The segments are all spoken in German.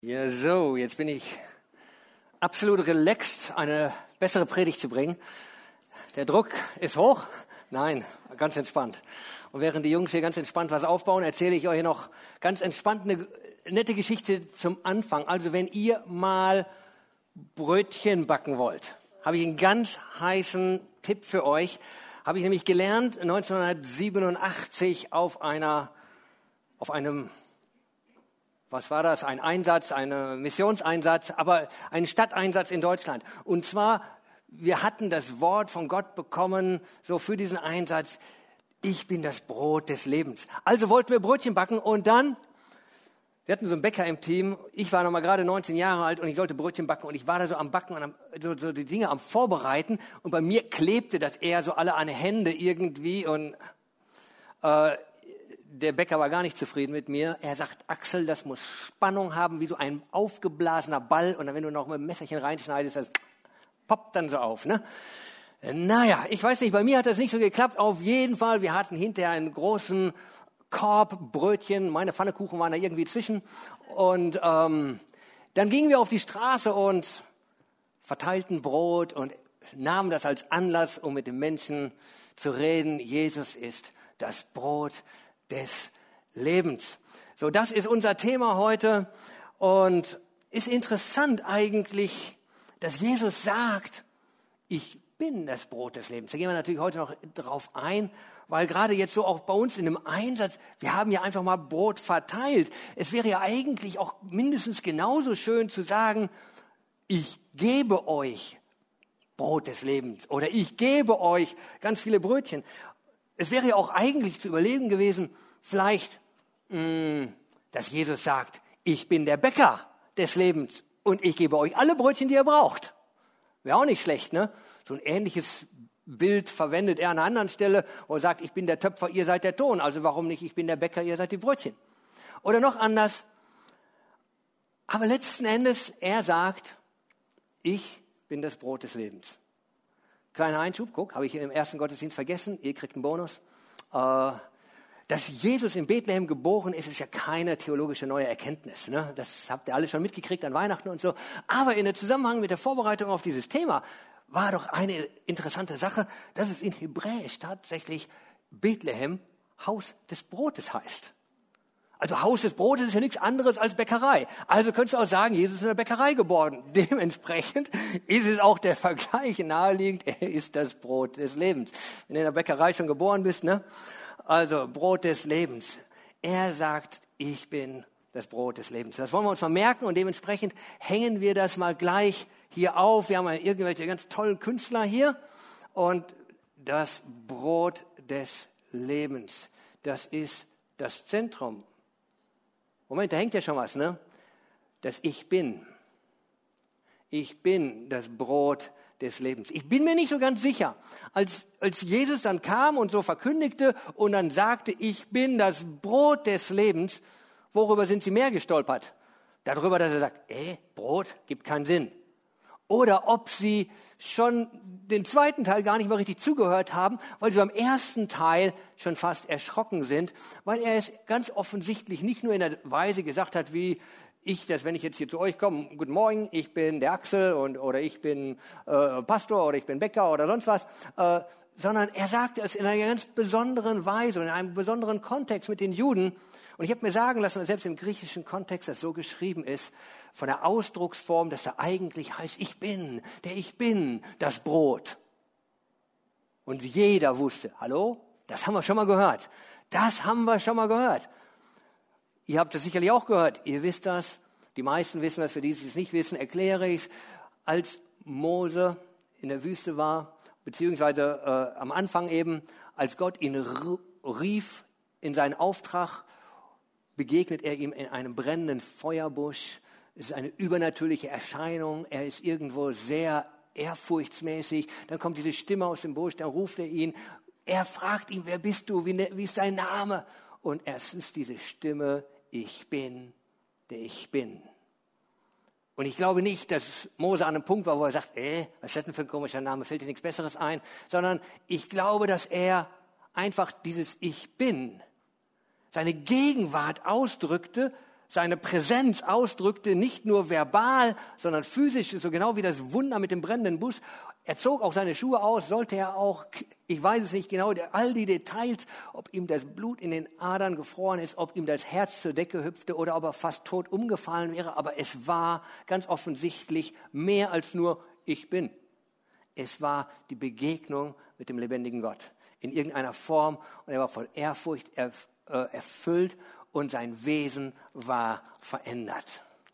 Ja, so, jetzt bin ich absolut relaxed, eine bessere Predigt zu bringen. Der Druck ist hoch? Nein, ganz entspannt. Und während die Jungs hier ganz entspannt was aufbauen, erzähle ich euch noch ganz entspannt eine nette Geschichte zum Anfang. Also wenn ihr mal Brötchen backen wollt, habe ich einen ganz heißen Tipp für euch. Habe ich nämlich gelernt 1987 auf einem, was war das? Ein Einsatz, ein Missionseinsatz, aber ein Stadteinsatz in Deutschland. Und zwar, wir hatten das Wort von Gott bekommen, so für diesen Einsatz, ich bin das Brot des Lebens. Also wollten wir Brötchen backen und dann, wir hatten so einen Bäcker im Team, ich war noch mal gerade 19 Jahre alt und ich sollte Brötchen backen und ich war da so am Backen und so die Dinge am Vorbereiten und bei mir klebte das eher so alle an den Händen irgendwie und der Bäcker war gar nicht zufrieden mit mir. Er sagt, Axel, das muss Spannung haben, wie so ein aufgeblasener Ball. Und dann, wenn du noch mit dem Messerchen reinschneidest, das poppt dann so auf. Ne? Naja, ich weiß nicht, bei mir hat das nicht so geklappt. Auf jeden Fall, wir hatten hinterher einen großen Korb Brötchen. Meine Pfannekuchen waren da irgendwie zwischen. Und dann gingen wir auf die Straße und verteilten Brot und nahmen das als Anlass, um mit den Menschen zu reden. Jesus ist das Brot des Lebens. So, das ist unser Thema heute und ist interessant eigentlich, dass Jesus sagt, ich bin das Brot des Lebens. Da gehen wir natürlich heute noch drauf ein, weil gerade jetzt so auch bei uns in dem Einsatz, wir haben ja einfach mal Brot verteilt. Es wäre ja eigentlich auch mindestens genauso schön zu sagen, ich gebe euch Brot des Lebens oder ich gebe euch ganz viele Brötchen. Es wäre ja auch eigentlich zu überlegen gewesen, vielleicht, dass Jesus sagt, ich bin der Bäcker des Lebens und ich gebe euch alle Brötchen, die ihr braucht. Wäre auch nicht schlecht, ne? So ein ähnliches Bild verwendet er an einer anderen Stelle und sagt, ich bin der Töpfer, ihr seid der Ton. Also warum nicht, ich bin der Bäcker, ihr seid die Brötchen. Oder noch anders. Aber letzten Endes, er sagt, ich bin das Brot des Lebens. Kleiner Einschub, guck, habe ich im ersten Gottesdienst vergessen, ihr kriegt einen Bonus. Dass Jesus in Bethlehem geboren ist, ist ja keine theologische neue Erkenntnis. Ne? Das habt ihr alle schon mitgekriegt an Weihnachten und so. Aber in der Zusammenhang mit der Vorbereitung auf dieses Thema war doch eine interessante Sache, dass es in Hebräisch tatsächlich Bethlehem Haus des Brotes heißt. Also Haus des Brotes ist ja nichts anderes als Bäckerei. Also könntest du auch sagen, Jesus ist in der Bäckerei geboren. Dementsprechend ist es auch der Vergleich naheliegend, er ist das Brot des Lebens. Wenn du in der Bäckerei schon geboren bist, ne? Also Brot des Lebens. Er sagt, ich bin das Brot des Lebens. Das wollen wir uns mal merken und dementsprechend hängen wir das mal gleich hier auf. Wir haben ja irgendwelche ganz tollen Künstler hier und das Brot des Lebens, das ist das Zentrum. Moment, da hängt ja schon was, ne? Das Ich bin. Ich bin das Brot des Lebens. Ich bin mir nicht so ganz sicher. Als Jesus dann kam und so verkündigte und dann sagte, ich bin das Brot des Lebens, worüber sind Sie mehr gestolpert? Darüber, dass er sagt, Brot gibt keinen Sinn. Oder ob Sie schon den zweiten Teil gar nicht mal richtig zugehört haben, weil Sie beim ersten Teil schon fast erschrocken sind, weil er es ganz offensichtlich nicht nur in der Weise gesagt hat, wie ich das, wenn ich jetzt hier zu euch komme, guten Morgen, ich bin der Axel oder ich bin Pastor oder ich bin Bäcker oder sonst was, sondern er sagte es in einer ganz besonderen Weise und in einem besonderen Kontext mit den Juden. Und ich habe mir sagen lassen, dass selbst im griechischen Kontext das so geschrieben ist, von der Ausdrucksform, dass da eigentlich heißt, ich bin das Brot. Und jeder wusste, hallo, das haben wir schon mal gehört. Das haben wir schon mal gehört. Ihr habt das sicherlich auch gehört. Ihr wisst das. Die meisten wissen das. Für die, die es nicht wissen, erkläre ich es. Als Mose in der Wüste war, beziehungsweise am Anfang eben, als Gott ihn rief in seinen Auftrag, begegnet er ihm in einem brennenden Feuerbusch. Es ist eine übernatürliche Erscheinung. Er ist irgendwo sehr ehrfurchtsmäßig. Dann kommt diese Stimme aus dem Busch, dann ruft er ihn. Er fragt ihn, wer bist du, wie ist dein Name? Und es ist diese Stimme, ich bin, der ich bin. Und ich glaube nicht, dass Mose an einem Punkt war, wo er sagt, was ist das denn für ein komischer Name, fällt dir nichts Besseres ein? Sondern ich glaube, dass er einfach dieses Ich bin, seine Gegenwart ausdrückte, seine Präsenz ausdrückte, nicht nur verbal, sondern physisch, so genau wie das Wunder mit dem brennenden Busch. Er zog auch seine Schuhe aus, sollte er auch, ich weiß es nicht genau, all die Details, ob ihm das Blut in den Adern gefroren ist, ob ihm das Herz zur Decke hüpfte oder ob er fast tot umgefallen wäre, aber es war ganz offensichtlich mehr als nur ich bin. Es war die Begegnung mit dem lebendigen Gott in irgendeiner Form und er war voll Ehrfurcht erfüllt und sein Wesen war verändert.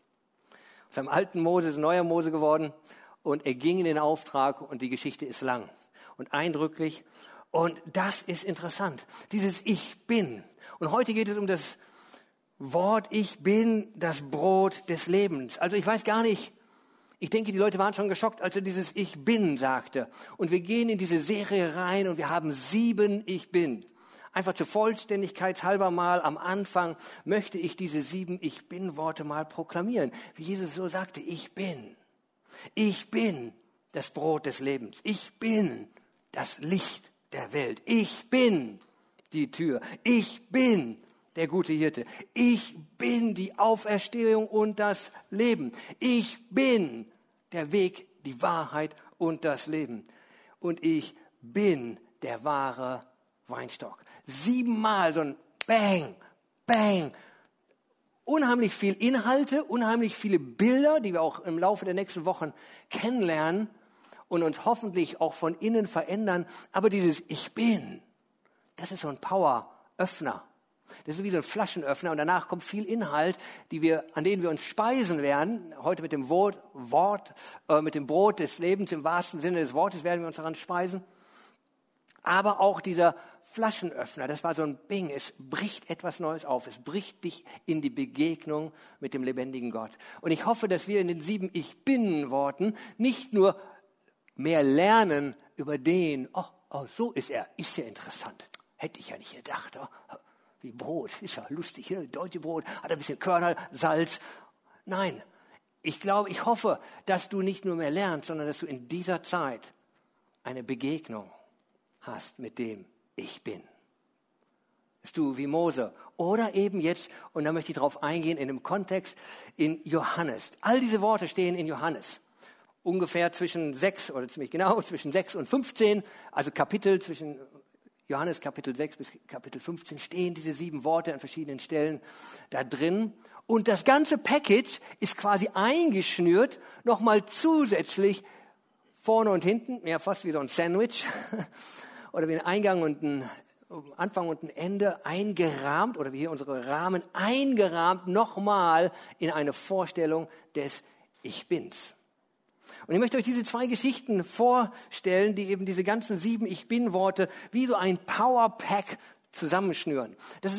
Aus seinem alten Mose ist ein neuer Mose geworden und er ging in den Auftrag und die Geschichte ist lang und eindrücklich und das ist interessant, dieses Ich Bin. Und heute geht es um das Wort Ich Bin, das Brot des Lebens. Also ich weiß gar nicht, ich denke, die Leute waren schon geschockt, als er dieses Ich Bin sagte. Und wir gehen in diese Serie rein und wir haben 7 Ich Bin. Einfach zur Vollständigkeit halber mal am Anfang möchte ich diese 7 Ich Bin-Worte mal proklamieren. Wie Jesus so sagte, ich bin. Ich bin das Brot des Lebens. Ich bin das Licht der Welt. Ich bin die Tür. Ich bin der gute Hirte. Ich bin die Auferstehung und das Leben. Ich bin der Weg, die Wahrheit und das Leben. Und ich bin der wahre Weinstock. 7-mal so ein Bang, Bang. Unheimlich viel Inhalte, unheimlich viele Bilder, die wir auch im Laufe der nächsten Wochen kennenlernen und uns hoffentlich auch von innen verändern. Aber dieses Ich Bin, das ist so ein Poweröffner. Das ist wie so ein Flaschenöffner und danach kommt viel Inhalt, an denen wir uns speisen werden. Heute mit dem mit dem Brot des Lebens im wahrsten Sinne des Wortes werden wir uns daran speisen. Aber auch dieser Flaschenöffner, das war so ein Bing, es bricht etwas Neues auf, es bricht dich in die Begegnung mit dem lebendigen Gott. Und ich hoffe, dass wir in den 7 Ich-Bin-Worten nicht nur mehr lernen über den, so ist er, ist ja interessant, hätte ich ja nicht gedacht, wie Brot, ist ja lustig, ne? Deutsche Brot, hat ein bisschen Körner, Salz. Nein, ich hoffe, dass du nicht nur mehr lernst, sondern dass du in dieser Zeit eine Begegnung hast mit dem Ich Bin. Dass du wie Mose oder eben jetzt, und da möchte ich drauf eingehen, in dem Kontext in Johannes. All diese Worte stehen in Johannes. Ungefähr zwischen 6 und 15, also Kapitel zwischen Johannes Kapitel 6 bis Kapitel 15 stehen diese 7 Worte an verschiedenen Stellen da drin. Und das ganze Package ist quasi eingeschnürt, nochmal zusätzlich vorne und hinten, ja fast wie so ein Sandwich oder wie ein Eingang und ein Anfang und ein Ende eingerahmt oder wie hier unsere Rahmen eingerahmt, nochmal in eine Vorstellung des Ich Bins. Und ich möchte euch diese 2 Geschichten vorstellen, die eben diese ganzen 7 Ich-Bin-Worte wie so ein Powerpack zusammenschnüren. Dass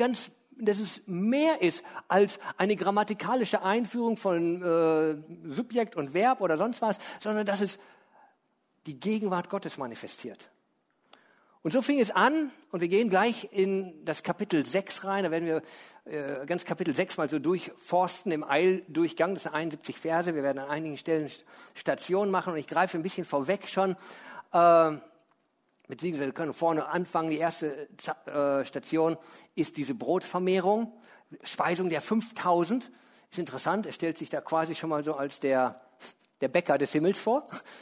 es mehr ist als eine grammatikalische Einführung von Subjekt und Verb oder sonst was, sondern dass es die Gegenwart Gottes manifestiert. Und so fing es an und wir gehen gleich in das Kapitel 6 rein. Da werden wir ganz Kapitel 6 mal so durchforsten im Eildurchgang. Das sind 71 Verse. Wir werden an einigen Stellen Stationen machen und ich greife ein bisschen vorweg schon. Beziehungsweise wir können vorne anfangen. Die erste Station ist diese Brotvermehrung. Speisung der 5000. Ist interessant. Er stellt sich da quasi schon mal so als der Bäcker des Himmels vor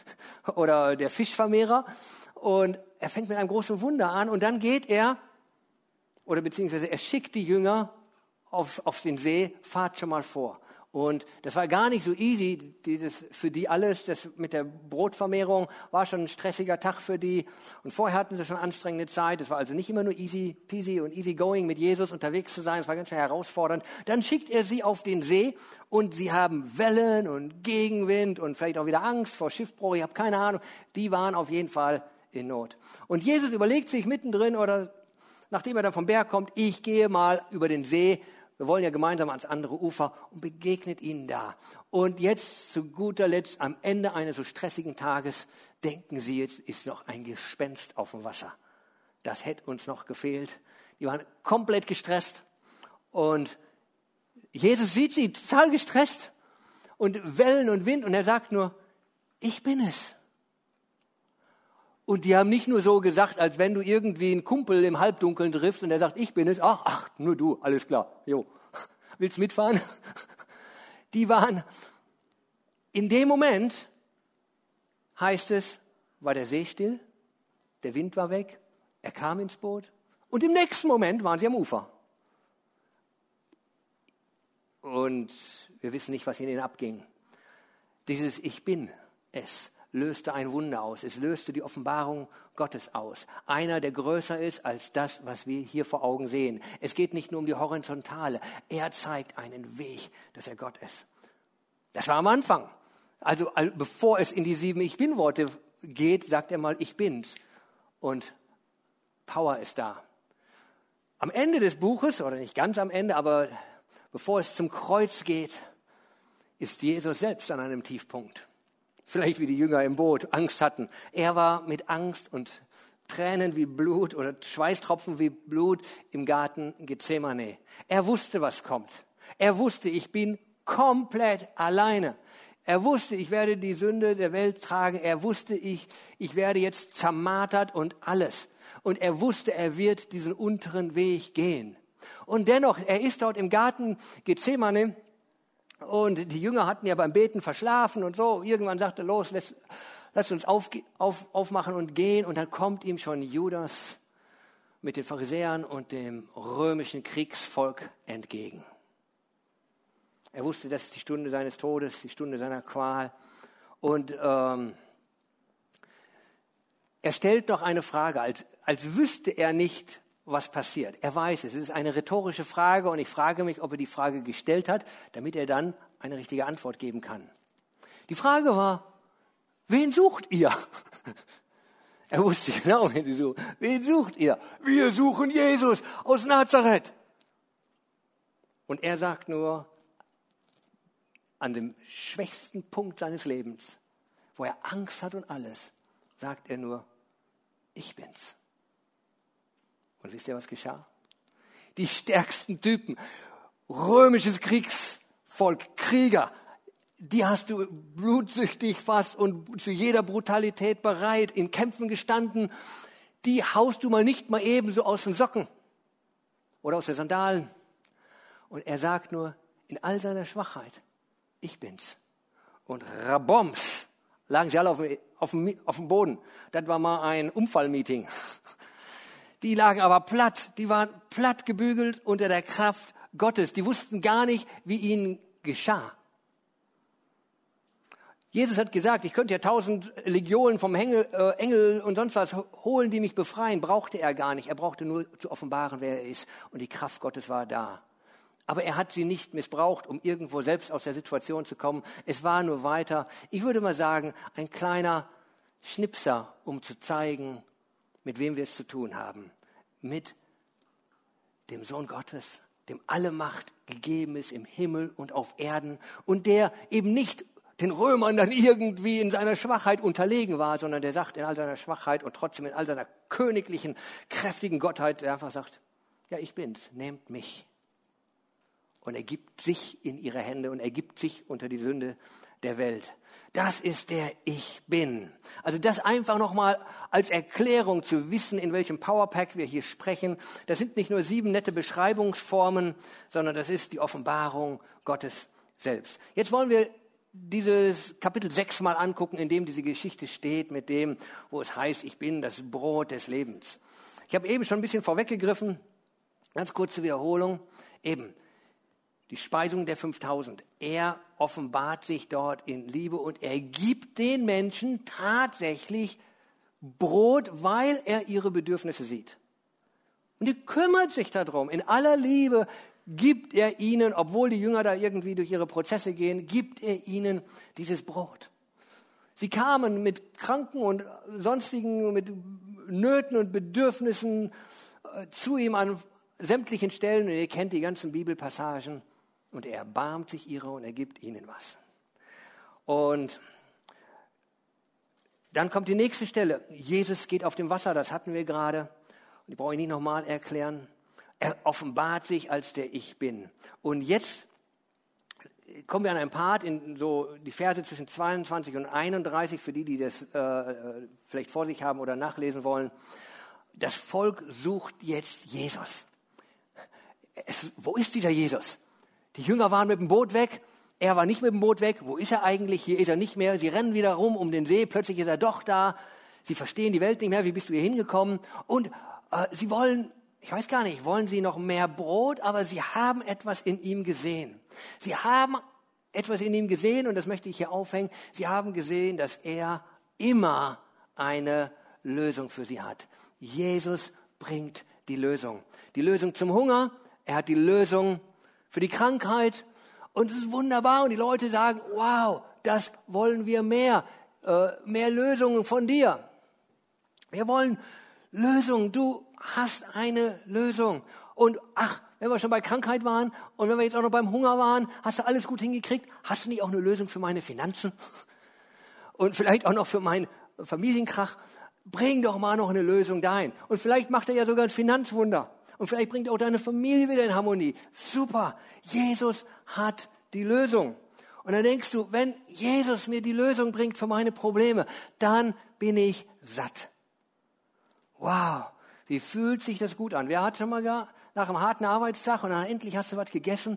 oder der Fischvermehrer. Und er fängt mit einem großen Wunder an und dann geht er, oder beziehungsweise er schickt die Jünger auf den See, fahrt schon mal vor. Und das war gar nicht so easy, für die alles, das mit der Brotvermehrung war schon ein stressiger Tag für die. Und vorher hatten sie schon anstrengende Zeit. Es war also nicht immer nur easy peasy und easy going mit Jesus unterwegs zu sein. Es war ganz schön herausfordernd. Dann schickt er sie auf den See und sie haben Wellen und Gegenwind und vielleicht auch wieder Angst vor Schiffbruch. Ich habe keine Ahnung. Die waren auf jeden Fall in Not. Und Jesus überlegt sich mittendrin oder nachdem er dann vom Berg kommt, ich gehe mal über den See, wir wollen ja gemeinsam ans andere Ufer und begegnet ihnen da. Und jetzt zu guter Letzt am Ende eines so stressigen Tages denken sie, jetzt ist noch ein Gespenst auf dem Wasser. Das hätte uns noch gefehlt. Die waren komplett gestresst und Jesus sieht sie total gestresst und Wellen und Wind und er sagt nur, ich bin es. Und die haben nicht nur so gesagt, als wenn du irgendwie einen Kumpel im Halbdunkeln triffst und der sagt, ich bin es. Ach, nur du, alles klar. Jo. Willst mitfahren? Die waren, in dem Moment, heißt es, war der See still, der Wind war weg, er kam ins Boot und im nächsten Moment waren sie am Ufer. Und wir wissen nicht, was in ihnen abging. Dieses Ich bin es löste ein Wunder aus. Es löste die Offenbarung Gottes aus. Einer, der größer ist als das, was wir hier vor Augen sehen. Es geht nicht nur um die Horizontale. Er zeigt einen Weg, dass er Gott ist. Das war am Anfang. Also bevor es in die 7 Ich-Bin-Worte geht, sagt er mal, ich bin's. Und Power ist da. Am Ende des Buches, oder nicht ganz am Ende, aber bevor es zum Kreuz geht, ist Jesus selbst an einem Tiefpunkt. Vielleicht wie die Jünger im Boot Angst hatten. Er war mit Angst und Tränen wie Blut oder Schweißtropfen wie Blut im Garten Gethsemane. Er wusste, was kommt. Er wusste, ich bin komplett alleine. Er wusste, ich werde die Sünde der Welt tragen. Er wusste, ich werde jetzt zermartert und alles. Und er wusste, er wird diesen unteren Weg gehen. Und dennoch, er ist dort im Garten Gethsemane. Und die Jünger hatten ja beim Beten verschlafen und so. Irgendwann sagte er, los, lass uns aufmachen und gehen. Und dann kommt ihm schon Judas mit den Pharisäern und dem römischen Kriegsvolk entgegen. Er wusste, das ist die Stunde seines Todes, die Stunde seiner Qual. Und er stellt noch eine Frage, als wüsste er nicht, was passiert. Er weiß es. Es ist eine rhetorische Frage und ich frage mich, ob er die Frage gestellt hat, damit er dann eine richtige Antwort geben kann. Die Frage war, wen sucht ihr? Er wusste genau, wen sie suchen. Wen sucht ihr? Wir suchen Jesus aus Nazareth. Und er sagt nur, an dem schwächsten Punkt seines Lebens, wo er Angst hat und alles, sagt er nur, ich bin's. Und wisst ihr, was geschah? Die stärksten Typen, römisches Kriegsvolk, Krieger, die hast du blutsüchtig fast und zu jeder Brutalität bereit, in Kämpfen gestanden, die haust du nicht mal eben so aus den Socken oder aus den Sandalen. Und er sagt nur, in all seiner Schwachheit, ich bin's. Und raboms, lagen sie alle auf dem Boden. Das war mal ein Unfallmeeting. Die lagen aber platt, die waren platt gebügelt unter der Kraft Gottes. Die wussten gar nicht, wie ihnen geschah. Jesus hat gesagt, ich könnte ja 1000 Legionen vom Engel und sonst was holen, die mich befreien. Brauchte er gar nicht. Er brauchte nur zu offenbaren, wer er ist. Und die Kraft Gottes war da. Aber er hat sie nicht missbraucht, um irgendwo selbst aus der Situation zu kommen. Es war nur weiter, ich würde mal sagen, ein kleiner Schnipser, um zu zeigen, mit wem wir es zu tun haben. Mit dem Sohn Gottes, dem alle Macht gegeben ist im Himmel und auf Erden und der eben nicht den Römern dann irgendwie in seiner Schwachheit unterlegen war, sondern der sagt in all seiner Schwachheit und trotzdem in all seiner königlichen, kräftigen Gottheit, der einfach sagt, ja, ich bin's, nehmt mich. Und er gibt sich in ihre Hände und er gibt sich unter die Sünde der Welt. Das ist der Ich Bin. Also das einfach nochmal als Erklärung zu wissen, in welchem Powerpack wir hier sprechen. Das sind nicht nur 7 nette Beschreibungsformen, sondern das ist die Offenbarung Gottes selbst. Jetzt wollen wir dieses Kapitel 6 mal angucken, in dem diese Geschichte steht, mit dem, wo es heißt, ich bin das Brot des Lebens. Ich habe eben schon ein bisschen vorweggegriffen, ganz kurze Wiederholung, eben. Die Speisung der 5000. Er offenbart sich dort in Liebe und er gibt den Menschen tatsächlich Brot, weil er ihre Bedürfnisse sieht. Und er kümmert sich darum. In aller Liebe gibt er ihnen, obwohl die Jünger da irgendwie durch ihre Prozesse gehen, gibt er ihnen dieses Brot. Sie kamen mit Kranken und sonstigen, mit Nöten und Bedürfnissen zu ihm an sämtlichen Stellen. Und ihr kennt die ganzen Bibelpassagen. Und er erbarmt sich ihrer und er gibt ihnen was. Und dann kommt die nächste Stelle. Jesus geht auf dem Wasser, das hatten wir gerade. Und die brauche ich nicht nochmal erklären. Er offenbart sich als der Ich Bin. Und jetzt kommen wir an einen Part, in so die Verse zwischen 22 und 31, für die das vielleicht vor sich haben oder nachlesen wollen. Das Volk sucht jetzt Jesus. Wo ist dieser Jesus? Die Jünger waren mit dem Boot weg. Er war nicht mit dem Boot weg. Wo ist er eigentlich? Hier ist er nicht mehr. Sie rennen wieder rum um den See. Plötzlich ist er doch da. Sie verstehen die Welt nicht mehr. Wie bist du hier hingekommen? Und sie wollen, ich weiß gar nicht, wollen sie noch mehr Brot? Aber sie haben etwas in ihm gesehen. Sie haben etwas in ihm gesehen und das möchte ich hier aufhängen. Sie haben gesehen, dass er immer eine Lösung für sie hat. Jesus bringt die Lösung. Die Lösung zum Hunger. Er hat die Lösung für die Krankheit. Und es ist wunderbar. Und die Leute sagen, wow, das wollen wir mehr. Mehr Lösungen von dir. Wir wollen Lösungen. Du hast eine Lösung. Und wenn wir schon bei Krankheit waren und wenn wir jetzt auch noch beim Hunger waren, hast du alles gut hingekriegt? Hast du nicht auch eine Lösung für meine Finanzen? Und vielleicht auch noch für meinen Familienkrach? Bring doch mal noch eine Lösung dahin. Und vielleicht macht er ja sogar ein Finanzwunder. Und vielleicht bringt auch deine Familie wieder in Harmonie. Super, Jesus hat die Lösung. Und dann denkst du, wenn Jesus mir die Lösung bringt für meine Probleme, dann bin ich satt. Wow, wie fühlt sich das gut an? Wer hat schon mal nach einem harten Arbeitstag und dann endlich hast du was gegessen?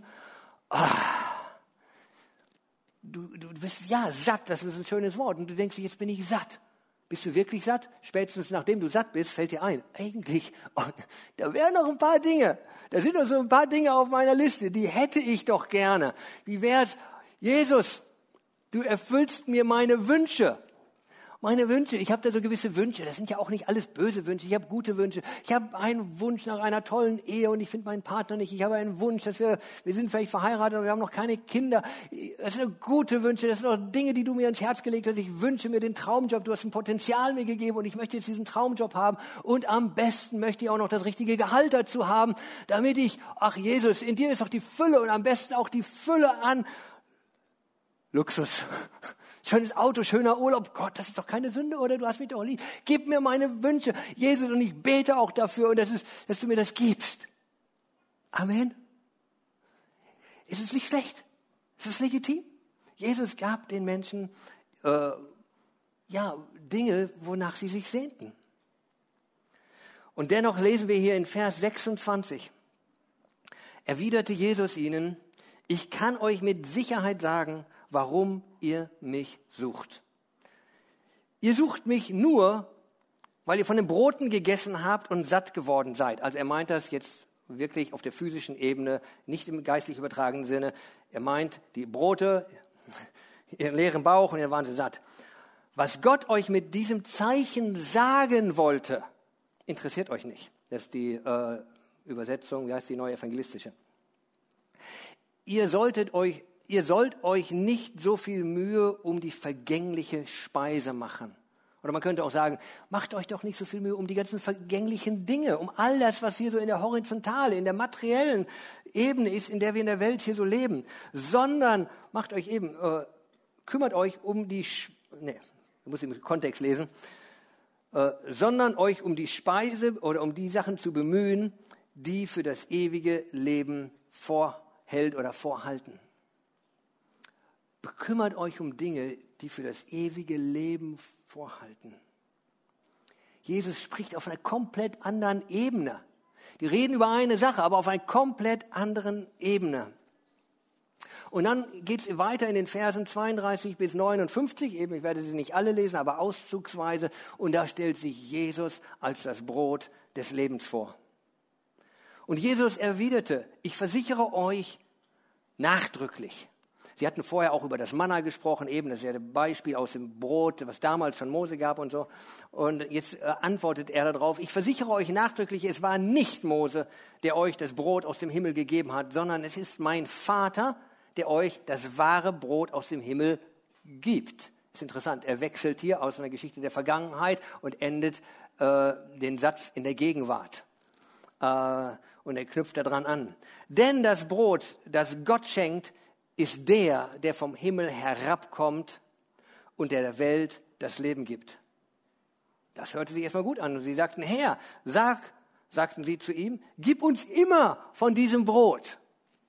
Du bist ja satt, das ist ein schönes Wort. Und du denkst, jetzt bin ich satt. Bist du wirklich satt? Spätestens nachdem du satt bist, fällt dir ein, eigentlich, da wären noch ein paar Dinge. Da sind noch so ein paar Dinge auf meiner Liste, die hätte ich doch gerne. Wie wär's? Jesus, du erfüllst mir meine Wünsche. Meine Wünsche, ich habe da so gewisse Wünsche, das sind ja auch nicht alles böse Wünsche, ich habe gute Wünsche. Ich habe einen Wunsch nach einer tollen Ehe und ich finde meinen Partner nicht. Ich habe einen Wunsch, dass wir sind vielleicht verheiratet, aber wir haben noch keine Kinder. Das sind gute Wünsche, das sind auch Dinge, die du mir ins Herz gelegt hast. Ich wünsche mir den Traumjob, du hast ein Potenzial mir gegeben und ich möchte jetzt diesen Traumjob haben. Und am besten möchte ich auch noch das richtige Gehalt dazu haben, damit ich, Jesus, in dir ist doch die Fülle und am besten auch die Fülle an Luxus. Schönes Auto, schöner Urlaub. Gott, das ist doch keine Sünde, oder? Du hast mich doch lieb. Gib mir meine Wünsche, Jesus, und ich bete auch dafür, und dass du mir das gibst. Amen. Es ist nicht schlecht. Es ist legitim. Jesus gab den Menschen Dinge, wonach sie sich sehnten. Und dennoch lesen wir hier in Vers 26. Erwiderte Jesus ihnen, ich kann euch mit Sicherheit sagen, warum ihr mich sucht. Ihr sucht mich nur, weil ihr von den Broten gegessen habt und satt geworden seid. Also er meint das jetzt wirklich auf der physischen Ebene, nicht im geistlich übertragenen Sinne. Er meint die Brote, ihren leeren Bauch und dann waren sie satt. Was Gott euch mit diesem Zeichen sagen wollte, interessiert euch nicht. Das ist die Übersetzung, wie heißt die neue evangelistische? Ihr sollt euch nicht so viel Mühe um die vergängliche Speise machen. Oder man könnte auch sagen, macht euch doch nicht so viel Mühe um die ganzen vergänglichen Dinge, um all das, was hier so in der horizontalen, in der materiellen Ebene ist, in der wir in der Welt hier so leben, sondern kümmert euch um die, ich muss im Kontext lesen, sondern euch um die Speise oder um die Sachen zu bemühen, die für das ewige Leben vorhält oder vorhalten. Bekümmert euch um Dinge, die für das ewige Leben vorhalten. Jesus spricht auf einer komplett anderen Ebene. Die reden über eine Sache, aber auf einer komplett anderen Ebene. Und dann geht es weiter in den Versen 32 bis 59. Eben, ich werde sie nicht alle lesen, aber auszugsweise. Und da stellt sich Jesus als das Brot des Lebens vor. Und Jesus erwiderte, ich versichere euch nachdrücklich. Sie hatten vorher auch über das Manna gesprochen, eben, das ist ja ein Beispiel aus dem Brot, was damals schon Mose gab und so. Und jetzt antwortet er darauf, ich versichere euch nachdrücklich, es war nicht Mose, der euch das Brot aus dem Himmel gegeben hat, sondern es ist mein Vater, der euch das wahre Brot aus dem Himmel gibt. Das ist interessant, er wechselt hier aus einer Geschichte der Vergangenheit und endet den Satz in der Gegenwart. Und er knüpft daran an. Denn das Brot, das Gott schenkt, ist der vom Himmel herabkommt und der Welt das Leben gibt. Das hörte sich erstmal gut an. Und sie sagten, Herr, sagten sie zu ihm, gib uns immer von diesem Brot.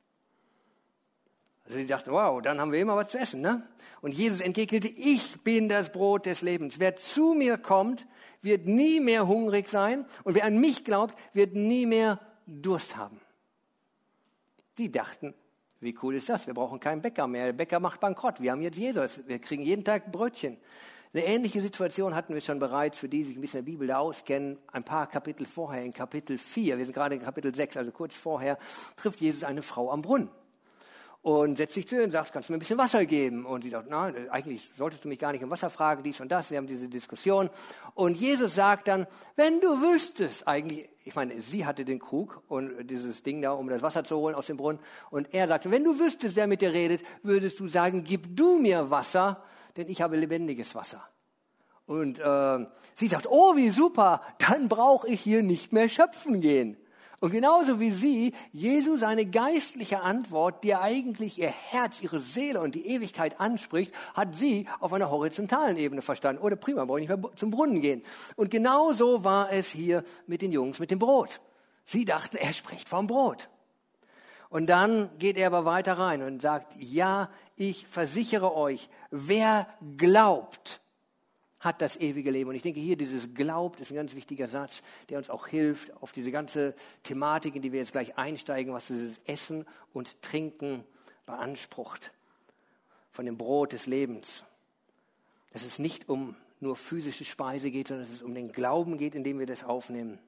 Also sie dachten, wow, dann haben wir immer was zu essen, ne? Und Jesus entgegnete, ich bin das Brot des Lebens. Wer zu mir kommt, wird nie mehr hungrig sein. Und wer an mich glaubt, wird nie mehr Durst haben. Die dachten, Wie cool ist das? Wir brauchen keinen Bäcker mehr. Der Bäcker macht bankrott. Wir haben jetzt Jesus. Wir kriegen jeden Tag Brötchen. Eine ähnliche Situation hatten wir schon bereits, für die sich ein bisschen in der Bibel da auskennen, ein paar Kapitel vorher, in Kapitel 4, wir sind gerade in Kapitel 6, also kurz vorher, trifft Jesus eine Frau am Brunnen und setzt sich zu ihr und sagt, kannst du mir ein bisschen Wasser geben? Und sie sagt, nein, eigentlich solltest du mich gar nicht um Wasser fragen, dies und das. Sie haben diese Diskussion. Und Jesus sagt dann, wenn du wüsstest, eigentlich, ich meine, sie hatte den Krug und dieses Ding da, um das Wasser zu holen aus dem Brunnen. Und er sagte, wenn du wüsstest, wer mit dir redet, würdest du sagen, gib du mir Wasser, denn ich habe lebendiges Wasser. Und sie sagt, oh, wie super, dann brauche ich hier nicht mehr schöpfen gehen. Und genauso wie sie, Jesus seine geistliche Antwort, die eigentlich ihr Herz, ihre Seele und die Ewigkeit anspricht, hat sie auf einer horizontalen Ebene verstanden. Oder prima, brauche ich nicht mehr zum Brunnen gehen. Und genauso war es hier mit den Jungs mit dem Brot. Sie dachten, er spricht vom Brot. Und dann geht er aber weiter rein und sagt, ja, ich versichere euch, wer glaubt, hat das ewige Leben. Und ich denke hier, dieses Glaubt ist ein ganz wichtiger Satz, der uns auch hilft, auf diese ganze Thematik, in die wir jetzt gleich einsteigen, was dieses Essen und Trinken beansprucht. Von dem Brot des Lebens. Dass es nicht um nur physische Speise geht, sondern dass es um den Glauben geht, indem wir das aufnehmen.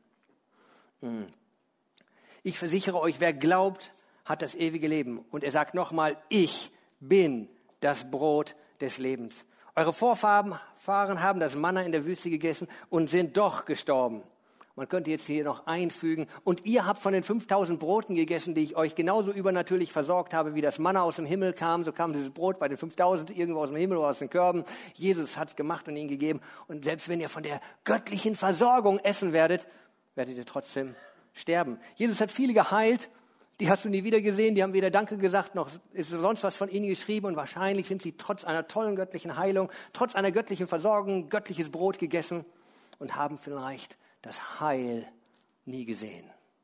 Ich versichere euch, wer glaubt, hat das ewige Leben. Und er sagt nochmal, ich bin das Brot des Lebens. Eure Vorfahren haben das Manna in der Wüste gegessen und sind doch gestorben. Man könnte jetzt hier noch einfügen, und ihr habt von den 5000 Broten gegessen, die ich euch genauso übernatürlich versorgt habe, wie das Manna aus dem Himmel kam. So kam dieses Brot bei den 5000 irgendwo aus dem Himmel oder aus den Körben. Jesus hat es gemacht und ihnen gegeben. Und selbst wenn ihr von der göttlichen Versorgung essen werdet, werdet ihr trotzdem sterben. Jesus hat viele geheilt. Die hast du nie wieder gesehen, die haben weder Danke gesagt, noch ist sonst was von ihnen geschrieben. Und wahrscheinlich sind sie trotz einer tollen göttlichen Heilung, trotz einer göttlichen Versorgung, göttliches Brot gegessen und haben vielleicht das Heil nie gesehen.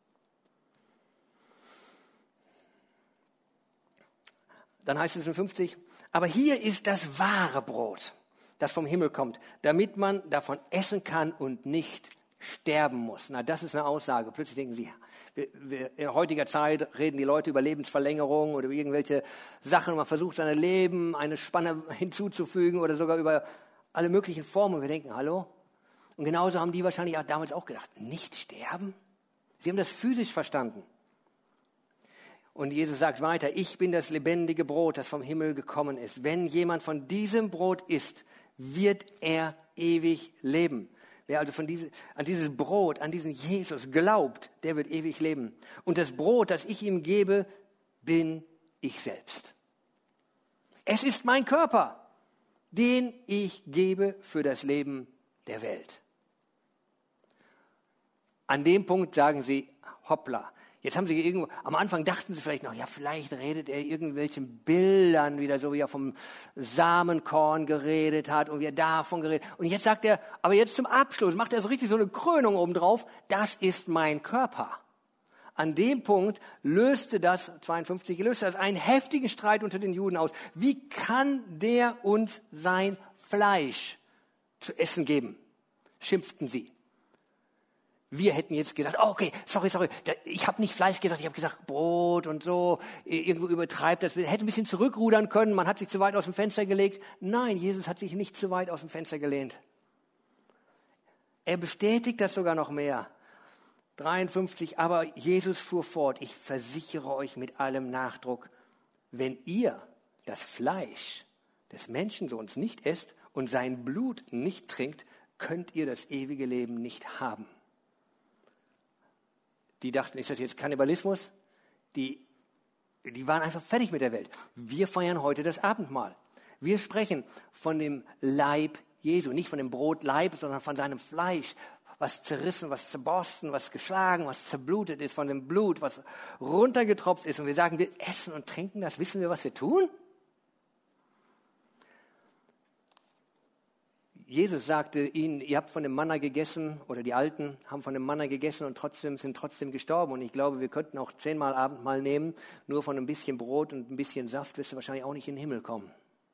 Dann heißt es in 50, aber hier ist das wahre Brot, das vom Himmel kommt, damit man davon essen kann und nicht sterben muss. Na, das ist eine Aussage. Plötzlich denken sie, in heutiger Zeit reden die Leute über Lebensverlängerung oder über irgendwelche Sachen. Man versucht seinem Leben eine Spanne hinzuzufügen oder sogar über alle möglichen Formen. Und wir denken, hallo? Und genauso haben die wahrscheinlich damals auch gedacht, nicht sterben? Sie haben das physisch verstanden. Und Jesus sagt weiter, ich bin das lebendige Brot, das vom Himmel gekommen ist. Wenn jemand von diesem Brot isst, wird er ewig leben. Wer also an dieses Brot, an diesen Jesus glaubt, der wird ewig leben. Und das Brot, das ich ihm gebe, bin ich selbst. Es ist mein Körper, den ich gebe für das Leben der Welt. An dem Punkt sagen sie, hoppla. Jetzt haben sie irgendwo, am Anfang dachten sie vielleicht noch, ja, vielleicht redet er irgendwelchen Bildern wieder, so wie er vom Samenkorn geredet hat und wie er davon geredet hat. Und jetzt sagt er, aber jetzt zum Abschluss macht er so richtig so eine Krönung obendrauf, das ist mein Körper. An dem Punkt löste das einen heftigen Streit unter den Juden aus. Wie kann der uns sein Fleisch zu essen geben? Schimpften sie. Wir hätten jetzt gedacht, oh, okay, sorry, ich habe nicht Fleisch gesagt, ich habe gesagt Brot und so, irgendwo übertreibt das. Wir hätten ein bisschen zurückrudern können, man hat sich zu weit aus dem Fenster gelegt. Nein, Jesus hat sich nicht zu weit aus dem Fenster gelehnt. Er bestätigt das sogar noch mehr. 53, aber Jesus fuhr fort, ich versichere euch mit allem Nachdruck, wenn ihr das Fleisch des Menschensohns nicht esst und sein Blut nicht trinkt, könnt ihr das ewige Leben nicht haben. Die dachten, ist das jetzt Kannibalismus? Die waren einfach fertig mit der Welt. Wir feiern heute das Abendmahl. Wir sprechen von dem Leib Jesu, nicht von dem Brotleib, sondern von seinem Fleisch, was zerrissen, was zerborsten, was geschlagen, was zerblutet ist, von dem Blut, was runtergetropft ist. Und wir sagen, wir essen und trinken das. Wissen wir, was wir tun? Jesus sagte ihnen, ihr habt von dem Manna gegessen, oder die Alten haben von dem Manna gegessen und sind trotzdem gestorben. Und ich glaube, wir könnten auch 10-mal Abendmahl nehmen, nur von ein bisschen Brot und ein bisschen Saft wirst du wahrscheinlich auch nicht in den Himmel kommen.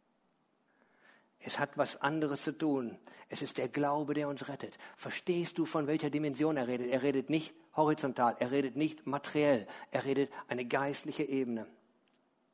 Es hat was anderes zu tun. Es ist der Glaube, der uns rettet. Verstehst du, von welcher Dimension er redet? Er redet nicht horizontal, er redet nicht materiell, er redet eine geistliche Ebene.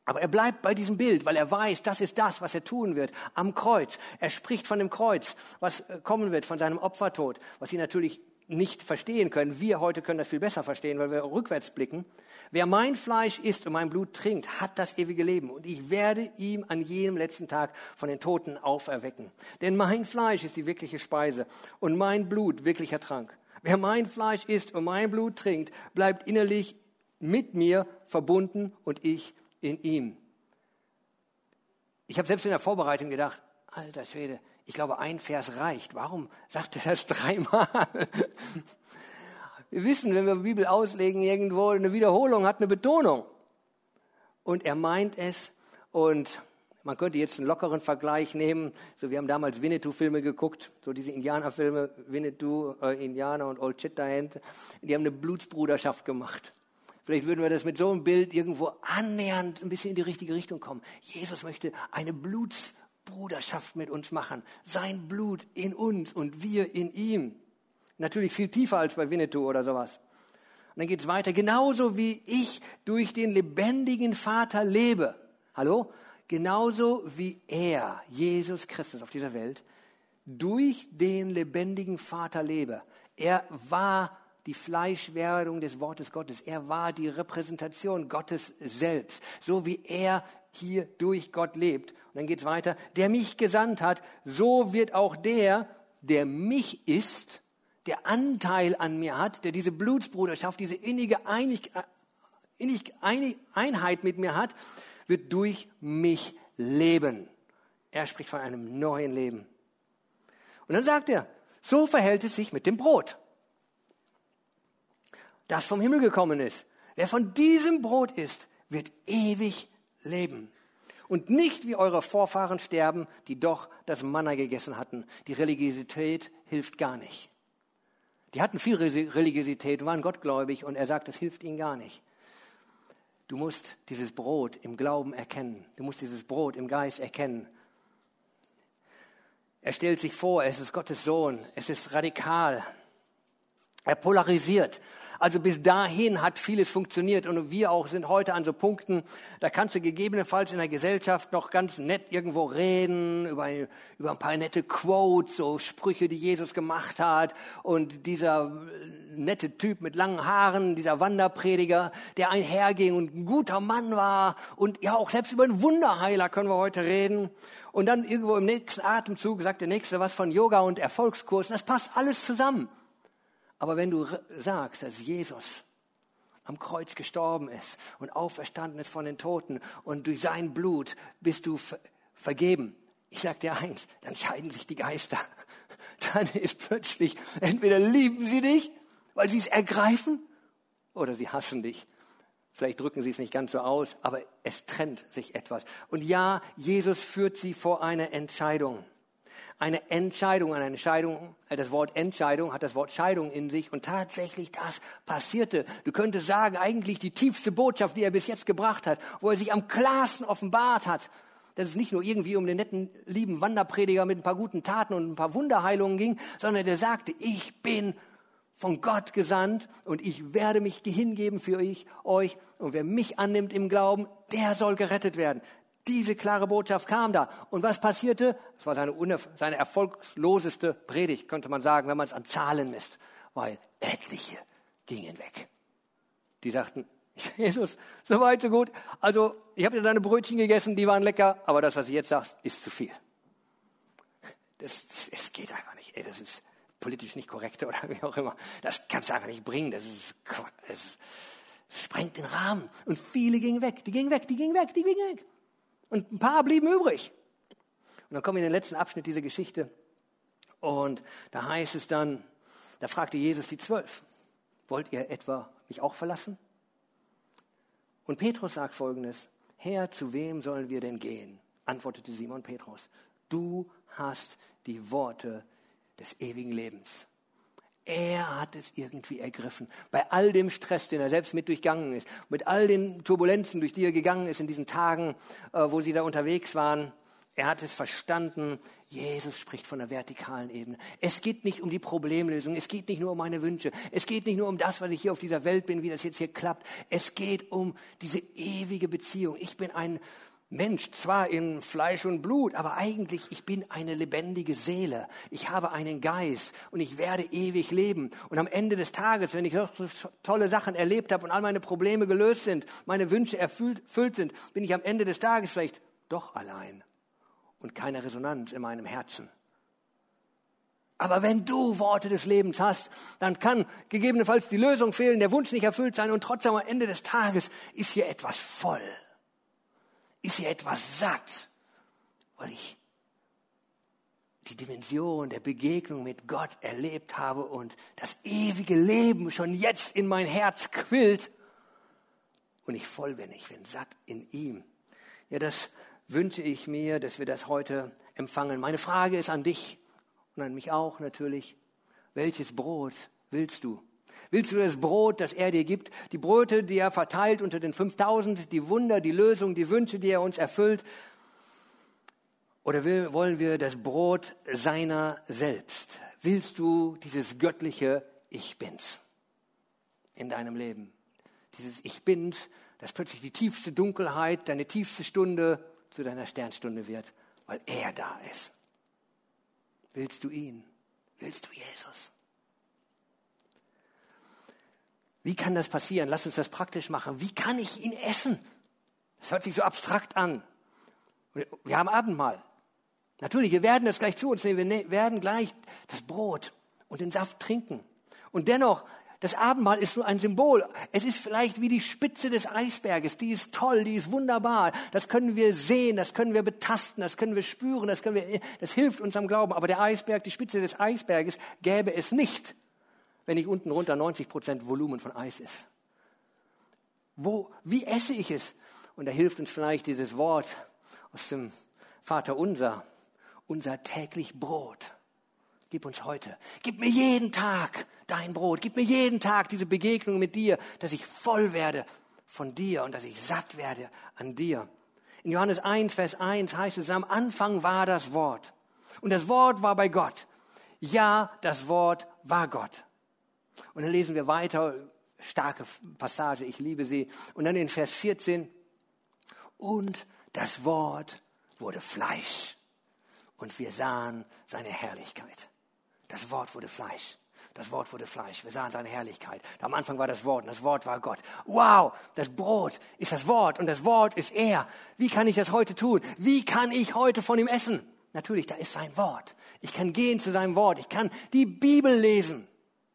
Aber er bleibt bei diesem Bild, weil er weiß, das ist das, was er tun wird am Kreuz. Er spricht von dem Kreuz, was kommen wird, von seinem Opfertod, was sie natürlich nicht verstehen können. Wir heute können das viel besser verstehen, weil wir rückwärts blicken. Wer mein Fleisch isst und mein Blut trinkt, hat das ewige Leben. Und ich werde ihm an jenem letzten Tag von den Toten auferwecken. Denn mein Fleisch ist die wirkliche Speise und mein Blut wirklicher Trank. Wer mein Fleisch isst und mein Blut trinkt, bleibt innerlich mit mir verbunden und ich in ihm. Ich habe selbst in der Vorbereitung gedacht, alter Schwede, ich glaube, ein Vers reicht. Warum sagt er das 3-mal? Wir wissen, wenn wir die Bibel auslegen, irgendwo eine Wiederholung hat eine Betonung. Und er meint es. Und man könnte jetzt einen lockeren Vergleich nehmen. So, wir haben damals Winnetou-Filme geguckt, so diese Indianerfilme, Winnetou, Indianer und Old Shatterhand. Die haben eine Blutsbruderschaft gemacht. Vielleicht würden wir das mit so einem Bild irgendwo annähernd ein bisschen in die richtige Richtung kommen. Jesus möchte eine Blutsbruderschaft mit uns machen. Sein Blut in uns und wir in ihm. Natürlich viel tiefer als bei Winnetou oder sowas. Und dann geht es weiter. Genauso wie ich durch den lebendigen Vater lebe. Hallo? Genauso wie er, Jesus Christus auf dieser Welt, durch den lebendigen Vater lebe. Er war die Fleischwerdung des Wortes Gottes. Er war die Repräsentation Gottes selbst. So wie er hier durch Gott lebt. Und dann geht es weiter. Der mich gesandt hat, so wird auch der mich ist, der Anteil an mir hat, der diese Blutsbruderschaft, diese innige Einheit mit mir hat, wird durch mich leben. Er spricht von einem neuen Leben. Und dann sagt er, so verhält es sich mit dem Brot, das vom Himmel gekommen ist. Wer von diesem Brot isst, wird ewig leben. Und nicht wie eure Vorfahren sterben, die doch das Manna gegessen hatten. Die Religiosität hilft gar nicht. Die hatten viel Religiosität, waren gottgläubig und er sagt, das hilft ihnen gar nicht. Du musst dieses Brot im Glauben erkennen. Du musst dieses Brot im Geist erkennen. Er stellt sich vor, es ist Gottes Sohn. Es ist radikal. Er polarisiert. Also bis dahin hat vieles funktioniert und wir auch sind heute an so Punkten, da kannst du gegebenenfalls in der Gesellschaft noch ganz nett irgendwo reden, über ein paar nette Quotes, so Sprüche, die Jesus gemacht hat und dieser nette Typ mit langen Haaren, dieser Wanderprediger, der einherging und ein guter Mann war und ja auch selbst über einen Wunderheiler können wir heute reden und dann irgendwo im nächsten Atemzug sagt der Nächste was von Yoga und Erfolgskursen, das passt alles zusammen. Aber wenn du sagst, dass Jesus am Kreuz gestorben ist und auferstanden ist von den Toten und durch sein Blut bist du vergeben, ich sage dir eins, dann scheiden sich die Geister. Dann ist plötzlich, entweder lieben sie dich, weil sie es ergreifen, oder sie hassen dich. Vielleicht drücken sie es nicht ganz so aus, aber es trennt sich etwas. Und ja, Jesus führt sie vor eine Entscheidung. Eine Entscheidung, eine Scheidung, das Wort Entscheidung hat das Wort Scheidung in sich und tatsächlich das passierte. Du könntest sagen, eigentlich die tiefste Botschaft, die er bis jetzt gebracht hat, wo er sich am klarsten offenbart hat, dass es nicht nur irgendwie um den netten, lieben Wanderprediger mit ein paar guten Taten und ein paar Wunderheilungen ging, sondern der sagte, ich bin von Gott gesandt und ich werde mich hingeben für euch und wer mich annimmt im Glauben, der soll gerettet werden. Diese klare Botschaft kam da. Und was passierte? Es war seine erfolgloseste Predigt, könnte man sagen, wenn man es an Zahlen misst. Weil etliche gingen weg. Die sagten, Jesus, so weit, so gut. Also, ich habe dir deine Brötchen gegessen, die waren lecker, aber das, was du jetzt sagst, ist zu viel. Es geht einfach nicht. Das ist politisch nicht korrekt oder wie auch immer. Das kannst du einfach nicht bringen. Es sprengt den Rahmen. Und viele gingen weg. Die gingen weg. Und ein paar blieben übrig. Und dann kommen wir in den letzten Abschnitt dieser Geschichte. Und da heißt es dann, da fragte Jesus die 12, wollt ihr etwa mich auch verlassen? Und Petrus sagt Folgendes, Herr, zu wem sollen wir denn gehen? Antwortete Simon Petrus, du hast die Worte des ewigen Lebens. Er hat es irgendwie ergriffen. Bei all dem Stress, den er selbst mit durchgangen ist, mit all den Turbulenzen, durch die er gegangen ist in diesen Tagen, wo sie da unterwegs waren, Er hat es verstanden. Jesus spricht von der vertikalen Ebene. Es geht nicht um die Problemlösung. Es geht nicht nur um meine Wünsche. Es geht nicht nur um das, was ich hier auf dieser Welt bin, wie das jetzt hier klappt. Es geht um diese ewige Beziehung. Ich bin ein Mensch, zwar in Fleisch und Blut, aber eigentlich, ich bin eine lebendige Seele. Ich habe einen Geist und ich werde ewig leben. Und am Ende des Tages, wenn ich so tolle Sachen erlebt habe und all meine Probleme gelöst sind, meine Wünsche erfüllt sind, bin ich am Ende des Tages vielleicht doch allein und keine Resonanz in meinem Herzen. Aber wenn du Worte des Lebens hast, dann kann gegebenenfalls die Lösung fehlen, der Wunsch nicht erfüllt sein und trotzdem am Ende des Tages ist hier etwas voll. Ist hier etwas satt, weil ich die Dimension der Begegnung mit Gott erlebt habe und das ewige Leben schon jetzt in mein Herz quillt und ich voll bin, ich bin satt in ihm. Ja, das wünsche ich mir, dass wir das heute empfangen. Meine Frage ist an dich und an mich auch natürlich. Welches Brot willst du? Willst du das Brot, das er dir gibt, die Brote, die er verteilt unter den 5000, die Wunder, die Lösung, die Wünsche, die er uns erfüllt? Oder wollen wir das Brot seiner selbst? Willst du dieses göttliche Ich Bin's in deinem Leben? Dieses Ich Bin's, das plötzlich die tiefste Dunkelheit, deine tiefste Stunde zu deiner Sternstunde wird, weil er da ist. Willst du ihn? Willst du Jesus? Wie kann das passieren? Lass uns das praktisch machen. Wie kann ich ihn essen? Das hört sich so abstrakt an. Wir haben Abendmahl. Natürlich, wir werden das gleich zu uns nehmen. Wir werden gleich das Brot und den Saft trinken. Und dennoch, das Abendmahl ist nur ein Symbol. Es ist vielleicht wie die Spitze des Eisberges. Die ist toll, die ist wunderbar. Das können wir sehen, das können wir betasten, das können wir spüren, das hilft uns am Glauben. Aber der Eisberg, die Spitze des Eisberges, gäbe es nicht, wenn nicht unten runter 90% Volumen von Eis ist. Wie esse ich es? Und da hilft uns vielleicht dieses Wort aus dem Vater unser täglich Brot. Gib uns heute, gib mir jeden Tag dein Brot, gib mir jeden Tag diese Begegnung mit dir, dass ich voll werde von dir und dass ich satt werde an dir. In Johannes 1, Vers 1 heißt es, am Anfang war das Wort und das Wort war bei Gott. Ja, das Wort war Gott. Und dann lesen wir weiter, starke Passage, ich liebe sie. Und dann in Vers 14, und das Wort wurde Fleisch und wir sahen seine Herrlichkeit. Das Wort wurde Fleisch. Das Wort wurde Fleisch. Wir sahen seine Herrlichkeit. Am Anfang war das Wort und das Wort war Gott. Wow, das Brot ist das Wort und das Wort ist er. Wie kann ich das heute tun? Wie kann ich heute von ihm essen? Natürlich, da ist sein Wort. Ich kann gehen zu seinem Wort. Ich kann die Bibel lesen.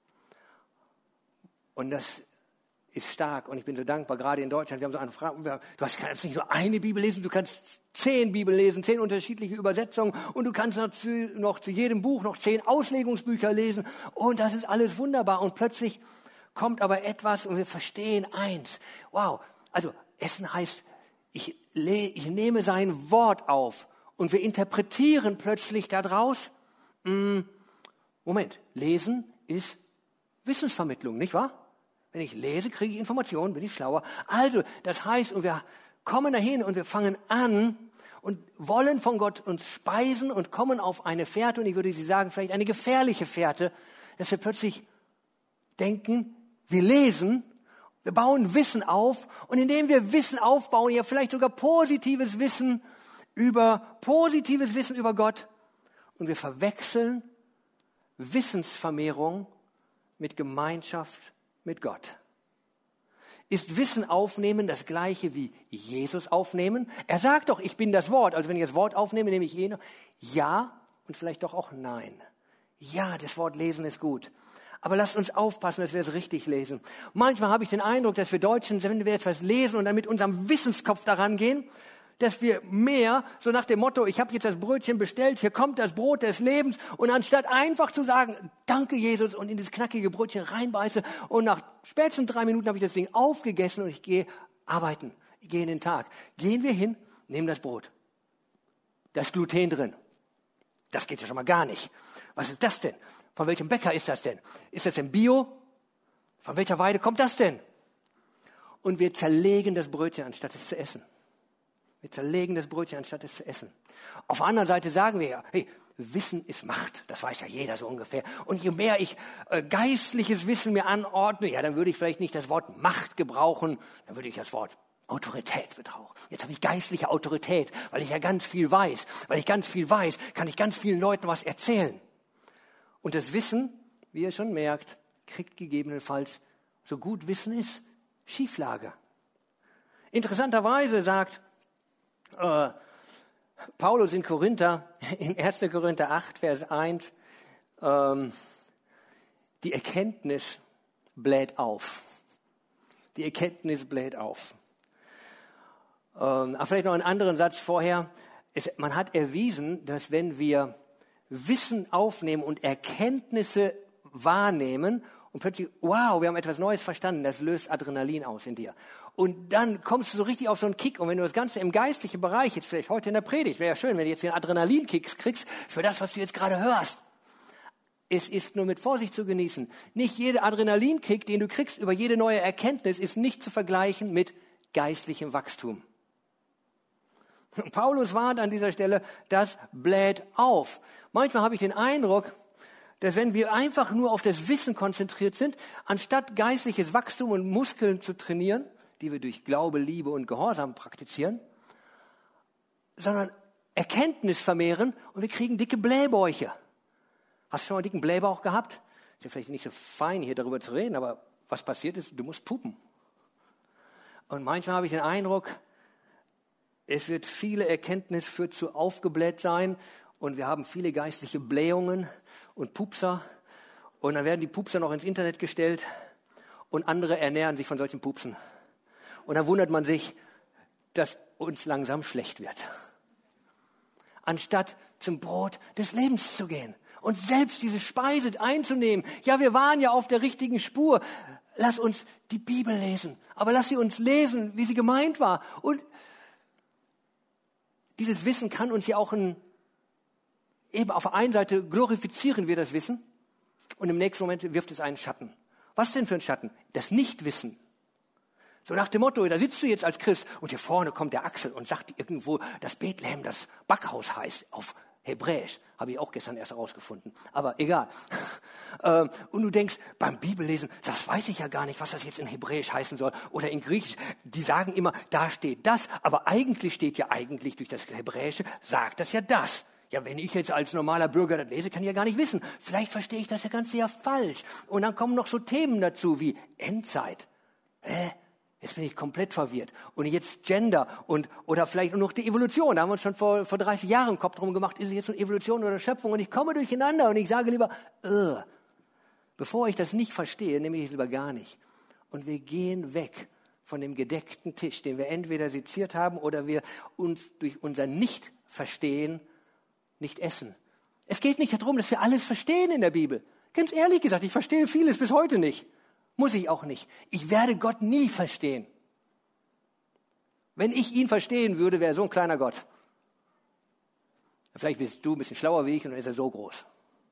Und das ist stark und ich bin so dankbar, gerade in Deutschland, wir haben so eine Frage, kannst nicht nur eine Bibel lesen, du kannst 10 Bibeln lesen, 10 unterschiedliche Übersetzungen und du kannst noch zu jedem Buch noch 10 Auslegungsbücher lesen und das ist alles wunderbar und plötzlich kommt aber etwas und wir verstehen eins. Wow, also Essen heißt, ich nehme sein Wort auf und wir interpretieren plötzlich daraus, Moment, Lesen ist Wissensvermittlung, nicht wahr? Wenn ich lese, kriege ich Informationen, bin ich schlauer. Also, das heißt, und wir kommen dahin und wir fangen an und wollen von Gott uns speisen und kommen auf eine Fährte, und ich würde Sie sagen, vielleicht eine gefährliche Fährte, dass wir plötzlich denken, wir lesen, wir bauen Wissen auf und indem wir Wissen aufbauen, ja vielleicht sogar positives Wissen über Gott und wir verwechseln Wissensvermehrung mit Gemeinschaft mit Gott. Ist Wissen aufnehmen das Gleiche wie Jesus aufnehmen? Er sagt doch, ich bin das Wort. Also wenn ich das Wort aufnehme, nehme ich ihn. Ja und vielleicht doch auch nein. Ja, das Wort lesen ist gut. Aber lasst uns aufpassen, dass wir es richtig lesen. Manchmal habe ich den Eindruck, dass wir Deutschen, wenn wir etwas lesen und dann mit unserem Wissenskopf daran gehen, dass wir mehr, so nach dem Motto, ich habe jetzt das Brötchen bestellt, hier kommt das Brot des Lebens und anstatt einfach zu sagen, danke Jesus und in dieses knackige Brötchen reinbeiße und nach spätestens 3 Minuten habe ich das Ding aufgegessen und ich gehe arbeiten, ich gehe in den Tag. Gehen wir hin, nehmen das Brot. Da ist Gluten drin. Das geht ja schon mal gar nicht. Was ist das denn? Von welchem Bäcker ist das denn? Ist das denn Bio? Von welcher Weide kommt das denn? Und wir zerlegen das Brötchen, anstatt es zu essen. Wir zerlegen das Brötchen, anstatt es zu essen. Auf der anderen Seite sagen wir ja, hey, Wissen ist Macht. Das weiß ja jeder so ungefähr. Und je mehr ich geistliches Wissen mir anordne, ja, dann würde ich vielleicht nicht das Wort Macht gebrauchen, dann würde ich das Wort Autorität gebrauchen. Jetzt habe ich geistliche Autorität, weil ich ja ganz viel weiß. Weil ich ganz viel weiß, kann ich ganz vielen Leuten was erzählen. Und das Wissen, wie ihr schon merkt, kriegt gegebenenfalls, so gut Wissen ist, Schieflage. Interessanterweise sagt Paulus in Korinther, in 1. Korinther 8, Vers 1, die Erkenntnis bläht auf. Die Erkenntnis bläht auf. Aber vielleicht noch einen anderen Satz vorher. Man hat erwiesen, dass wenn wir Wissen aufnehmen und Erkenntnisse wahrnehmen und plötzlich, wow, wir haben etwas Neues verstanden, das löst Adrenalin aus in dir. Und dann kommst du so richtig auf so einen Kick. Und wenn du das Ganze im geistlichen Bereich, jetzt vielleicht heute in der Predigt, wäre ja schön, wenn du jetzt den Adrenalinkick kriegst für das, was du jetzt gerade hörst. Es ist nur mit Vorsicht zu genießen. Nicht jeder Adrenalinkick, den du kriegst über jede neue Erkenntnis, ist nicht zu vergleichen mit geistlichem Wachstum. Paulus warnt an dieser Stelle, das bläht auf. Manchmal habe ich den Eindruck, dass wenn wir einfach nur auf das Wissen konzentriert sind, anstatt geistliches Wachstum und Muskeln zu trainieren, die wir durch Glaube, Liebe und Gehorsam praktizieren, sondern Erkenntnis vermehren und wir kriegen dicke Blähbäuche. Hast du schon mal einen dicken Blähbauch gehabt? Ist ja vielleicht nicht so fein, hier darüber zu reden, aber was passiert ist, du musst pupen. Und manchmal habe ich den Eindruck, es wird viele Erkenntnis für zu aufgebläht sein und wir haben viele geistliche Blähungen und Pupser und dann werden die Pupser noch ins Internet gestellt und andere ernähren sich von solchen Pupsen. Und dann wundert man sich, dass uns langsam schlecht wird. Anstatt zum Brot des Lebens zu gehen und selbst diese Speise einzunehmen. Ja, wir waren ja auf der richtigen Spur. Lass uns die Bibel lesen, aber lass sie uns lesen, wie sie gemeint war. Und dieses Wissen kann uns ja auch eben auf der einen Seite glorifizieren wir das Wissen und im nächsten Moment wirft es einen Schatten. Was denn für ein Schatten? Das Nichtwissen. So nach dem Motto, da sitzt du jetzt als Christ und hier vorne kommt der Axel und sagt irgendwo, dass Bethlehem das Backhaus heißt auf Hebräisch. Habe ich auch gestern erst herausgefunden. Aber egal. Und du denkst, beim Bibellesen, das weiß ich ja gar nicht, was das jetzt in Hebräisch heißen soll. Oder in Griechisch. Die sagen immer, da steht das. Aber eigentlich steht ja eigentlich durch das Hebräische, sagt das ja das. Ja, wenn ich jetzt als normaler Bürger das lese, kann ich ja gar nicht wissen. Vielleicht verstehe ich das Ganze ja falsch. Und dann kommen noch so Themen dazu wie Endzeit. Jetzt bin ich komplett verwirrt. Und jetzt Gender oder vielleicht noch die Evolution. Da haben wir uns schon vor 30 Jahren im Kopf drum gemacht, ist es jetzt eine Evolution oder Schöpfung? Und ich komme durcheinander und ich sage lieber, bevor ich das nicht verstehe, nehme ich es lieber gar nicht. Und wir gehen weg von dem gedeckten Tisch, den wir entweder seziert haben oder wir uns durch unser Nicht-Verstehen nicht essen. Es geht nicht darum, dass wir alles verstehen in der Bibel. Ganz ehrlich gesagt, ich verstehe vieles bis heute nicht. Muss ich auch nicht. Ich werde Gott nie verstehen. Wenn ich ihn verstehen würde, wäre er so ein kleiner Gott. Vielleicht bist du ein bisschen schlauer wie ich und dann ist er so groß.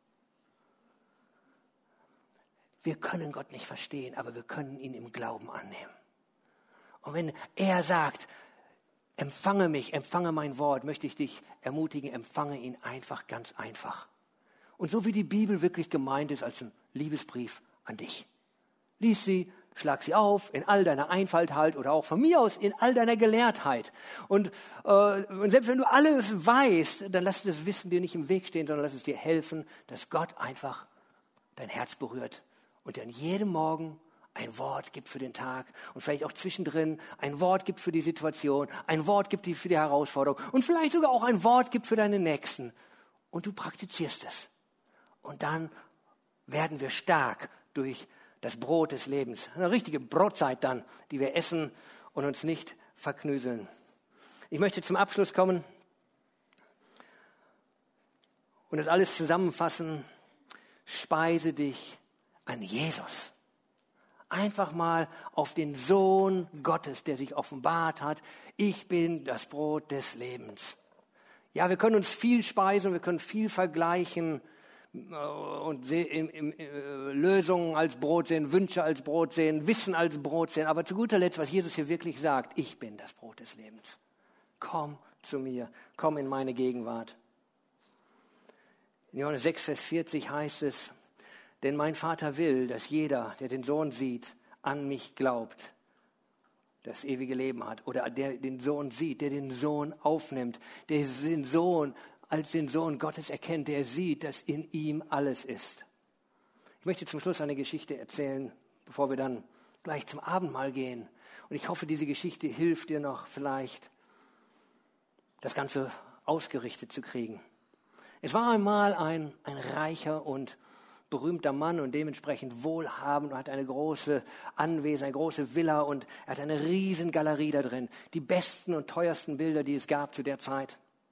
Wir können Gott nicht verstehen, aber wir können ihn im Glauben annehmen. Und wenn er sagt, empfange mich, empfange mein Wort, möchte ich dich ermutigen, empfange ihn einfach, ganz einfach. Und so wie die Bibel wirklich gemeint ist als ein Liebesbrief an dich. Lies sie, schlag sie auf, in all deiner Einfalt halt oder auch von mir aus in all deiner Gelehrtheit. Und selbst wenn du alles weißt, dann lass das Wissen dir nicht im Weg stehen, sondern lass es dir helfen, dass Gott einfach dein Herz berührt und dir an jedem Morgen ein Wort gibt für den Tag und vielleicht auch zwischendrin ein Wort gibt für die Situation, ein Wort gibt für die Herausforderung und vielleicht sogar auch ein Wort gibt für deine Nächsten. Und du praktizierst es. Und dann werden wir stark durch das Brot des Lebens. Eine richtige Brotzeit dann, die wir essen und uns nicht verknüseln. Ich möchte zum Abschluss kommen und das alles zusammenfassen. Speise dich an Jesus. Einfach mal auf den Sohn Gottes, der sich offenbart hat. Ich bin das Brot des Lebens. Ja, wir können uns viel speisen, wir können viel vergleichen und Lösungen als Brot sehen, Wünsche als Brot sehen, Wissen als Brot sehen. Aber zu guter Letzt, was Jesus hier wirklich sagt, ich bin das Brot des Lebens. Komm zu mir, komm in meine Gegenwart. In Johannes 6, Vers 40 heißt es, denn mein Vater will, dass jeder, der den Sohn sieht, an mich glaubt, das ewige Leben hat. Oder der den Sohn sieht, der den Sohn aufnimmt, der den Sohn als den Sohn Gottes erkennt, der sieht, dass in ihm alles ist. Ich möchte zum Schluss eine Geschichte erzählen, bevor wir dann gleich zum Abendmahl gehen. Und ich hoffe, diese Geschichte hilft dir noch vielleicht, das Ganze ausgerichtet zu kriegen. Es war einmal ein reicher und berühmter Mann und dementsprechend wohlhabend und hat eine große Anwesen, eine große Villa und er hat eine riesen Galerie da drin. Die besten und teuersten Bilder, die es gab zu der Zeit.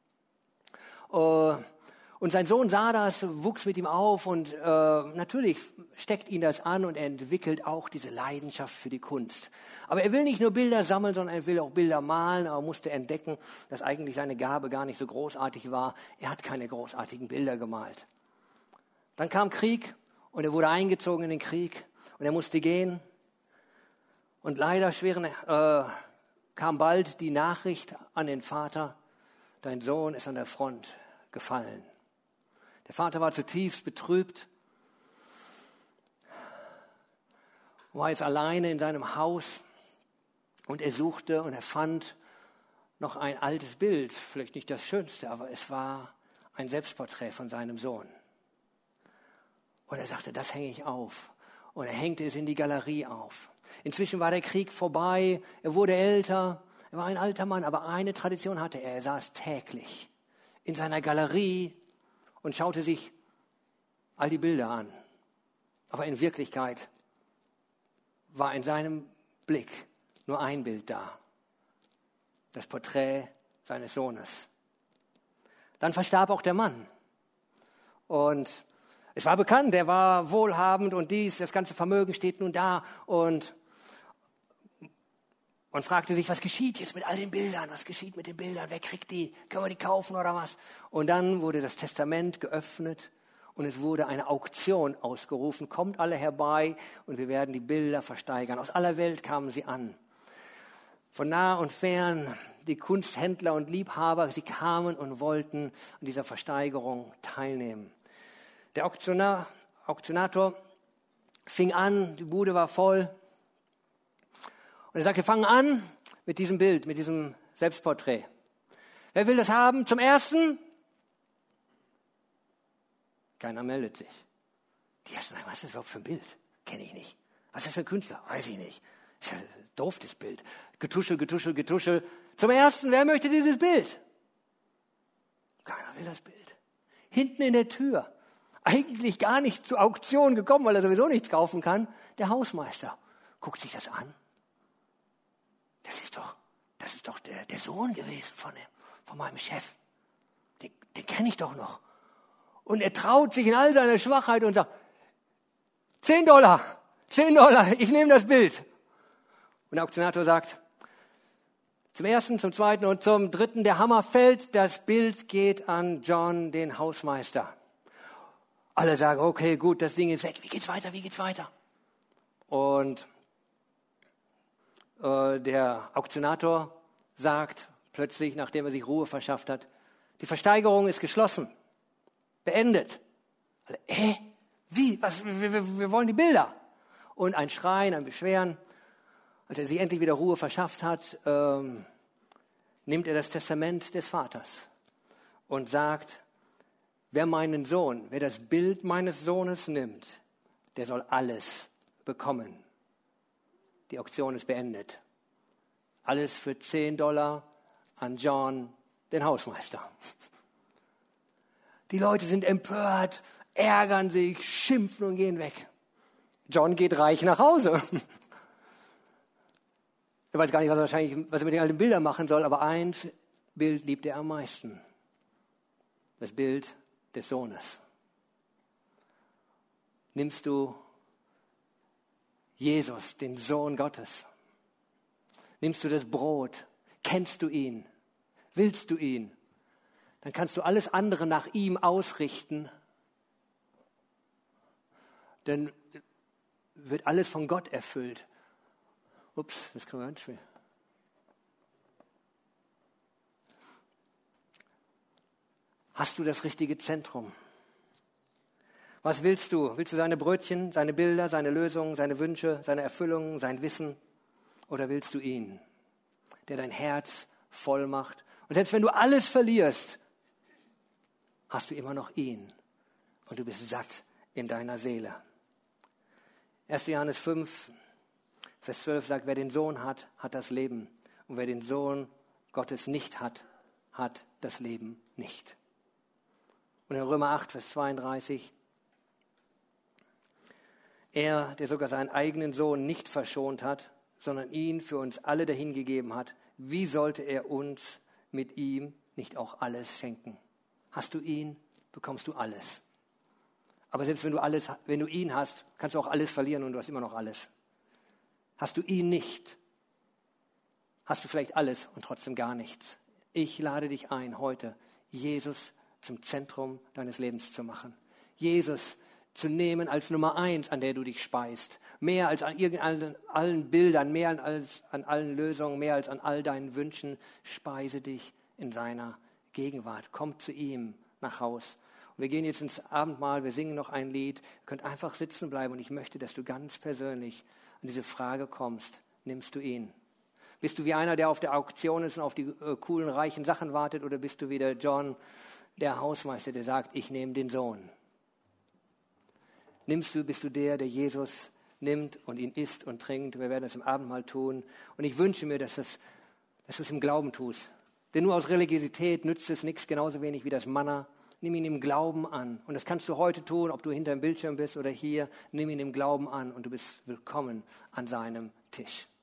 Und sein Sohn sah das, wuchs mit ihm auf und natürlich steckt ihn das an und er entwickelt auch diese Leidenschaft für die Kunst. Aber er will nicht nur Bilder sammeln, sondern er will auch Bilder malen, aber musste entdecken, dass eigentlich seine Gabe gar nicht so großartig war. Er hat keine großartigen Bilder gemalt. Dann kam Krieg und er wurde eingezogen in den Krieg und er musste gehen. Und leider kam bald die Nachricht an den Vater, dein Sohn ist an der Front gefallen. Der Vater war zutiefst betrübt, war jetzt alleine in seinem Haus und er suchte und er fand noch ein altes Bild, vielleicht nicht das schönste, aber es war ein Selbstporträt von seinem Sohn. Und er sagte, das hänge ich auf. Und er hängte es in die Galerie auf. Inzwischen war der Krieg vorbei, er wurde älter, er war ein alter Mann, aber eine Tradition hatte er. Er saß täglich in seiner Galerie und schaute sich all die Bilder an. Aber in Wirklichkeit war in seinem Blick nur ein Bild da. Das Porträt seines Sohnes. Dann verstarb auch der Mann. Und es war bekannt, er war wohlhabend und das ganze Vermögen steht nun da. Und man fragte sich, was geschieht jetzt mit all den Bildern? Was geschieht mit den Bildern? Wer kriegt die? Können wir die kaufen oder was? Und dann wurde das Testament geöffnet und es wurde eine Auktion ausgerufen. Kommt alle herbei und wir werden die Bilder versteigern. Aus aller Welt kamen sie an. Von nah und fern, die Kunsthändler und Liebhaber, sie kamen und wollten an dieser Versteigerung teilnehmen. Der Auktionator fing an, die Bude war voll. Und er sagte, wir fangen an mit diesem Bild, mit diesem Selbstporträt. Wer will das haben? Zum Ersten? Keiner meldet sich. Die ersten sagen, was ist das überhaupt für ein Bild? Kenne ich nicht. Was ist das für ein Künstler? Weiß ich nicht. Ist ja doof, das Bild. Getuschel, getuschel, getuschel. Zum Ersten, wer möchte dieses Bild? Keiner will das Bild. Hinten in der Tür, eigentlich gar nicht zur Auktion gekommen, weil er sowieso nichts kaufen kann, der Hausmeister guckt sich das an. Das ist doch der Sohn gewesen von meinem Chef. Den kenne ich doch noch. Und er traut sich in all seiner Schwachheit und sagt, $10, ich nehme das Bild. Und der Auktionator sagt, zum Ersten, zum Zweiten und zum Dritten, der Hammer fällt, das Bild geht an John, den Hausmeister. Alle sagen, okay, gut, das Ding ist weg. Wie geht's weiter? Und der Auktionator sagt plötzlich, nachdem er sich Ruhe verschafft hat, die Versteigerung ist geschlossen, beendet. Alle, wie? Was? Wir wollen die Bilder. Und ein Schreien, ein Beschweren. Als er sich endlich wieder Ruhe verschafft hat, nimmt er das Testament des Vaters und sagt, wer das Bild meines Sohnes nimmt, der soll alles bekommen. Die Auktion ist beendet. Alles für $10 an John, den Hausmeister. Die Leute sind empört, ärgern sich, schimpfen und gehen weg. John geht reich nach Hause. Er weiß gar nicht, was er mit den alten Bildern machen soll, aber eins Bild liebt er am meisten. Das Bild des Sohnes. Nimmst du Jesus, den Sohn Gottes? Nimmst du das Brot? Kennst du ihn? Willst du ihn? Dann kannst du alles andere nach ihm ausrichten. Dann wird alles von Gott erfüllt. Ups, das kriegen wir ganz schwer. Hast du das richtige Zentrum? Was willst du? Willst du seine Brötchen, seine Bilder, seine Lösungen, seine Wünsche, seine Erfüllungen, sein Wissen? Oder willst du ihn, der dein Herz voll macht? Und selbst wenn du alles verlierst, hast du immer noch ihn. Und du bist satt in deiner Seele. 1. Johannes 5, Vers 12 sagt, wer den Sohn hat, hat das Leben. Und wer den Sohn Gottes nicht hat, hat das Leben nicht. Und in Römer 8, Vers 32, er, der sogar seinen eigenen Sohn nicht verschont hat, sondern ihn für uns alle dahingegeben hat, wie sollte er uns mit ihm nicht auch alles schenken? Hast du ihn, bekommst du alles. Aber selbst wenn du ihn hast, kannst du auch alles verlieren und du hast immer noch alles. Hast du ihn nicht, hast du vielleicht alles und trotzdem gar nichts. Ich lade dich ein, heute Jesus zum Zentrum deines Lebens zu machen. Jesus zu nehmen als Nummer 1, an der du dich speist. Mehr als an allen Bildern, mehr als an allen Lösungen, mehr als an all deinen Wünschen. Speise dich in seiner Gegenwart. Komm zu ihm nach Haus. Und wir gehen jetzt ins Abendmahl, wir singen noch ein Lied. Ihr könnt einfach sitzen bleiben und ich möchte, dass du ganz persönlich an diese Frage kommst. Nimmst du ihn? Bist du wie einer, der auf der Auktion ist und auf die coolen, reichen Sachen wartet? Oder bist du wie der John, der Hausmeister, der sagt, ich nehme den Sohn? Bist du der Jesus nimmt und ihn isst und trinkt? Wir werden das im Abendmahl tun. Und ich wünsche mir, dass du es im Glauben tust. Denn nur aus Religiosität nützt es nichts, genauso wenig wie das Manna. Nimm ihn im Glauben an. Und das kannst du heute tun, ob du hinter dem Bildschirm bist oder hier. Nimm ihn im Glauben an und du bist willkommen an seinem Tisch.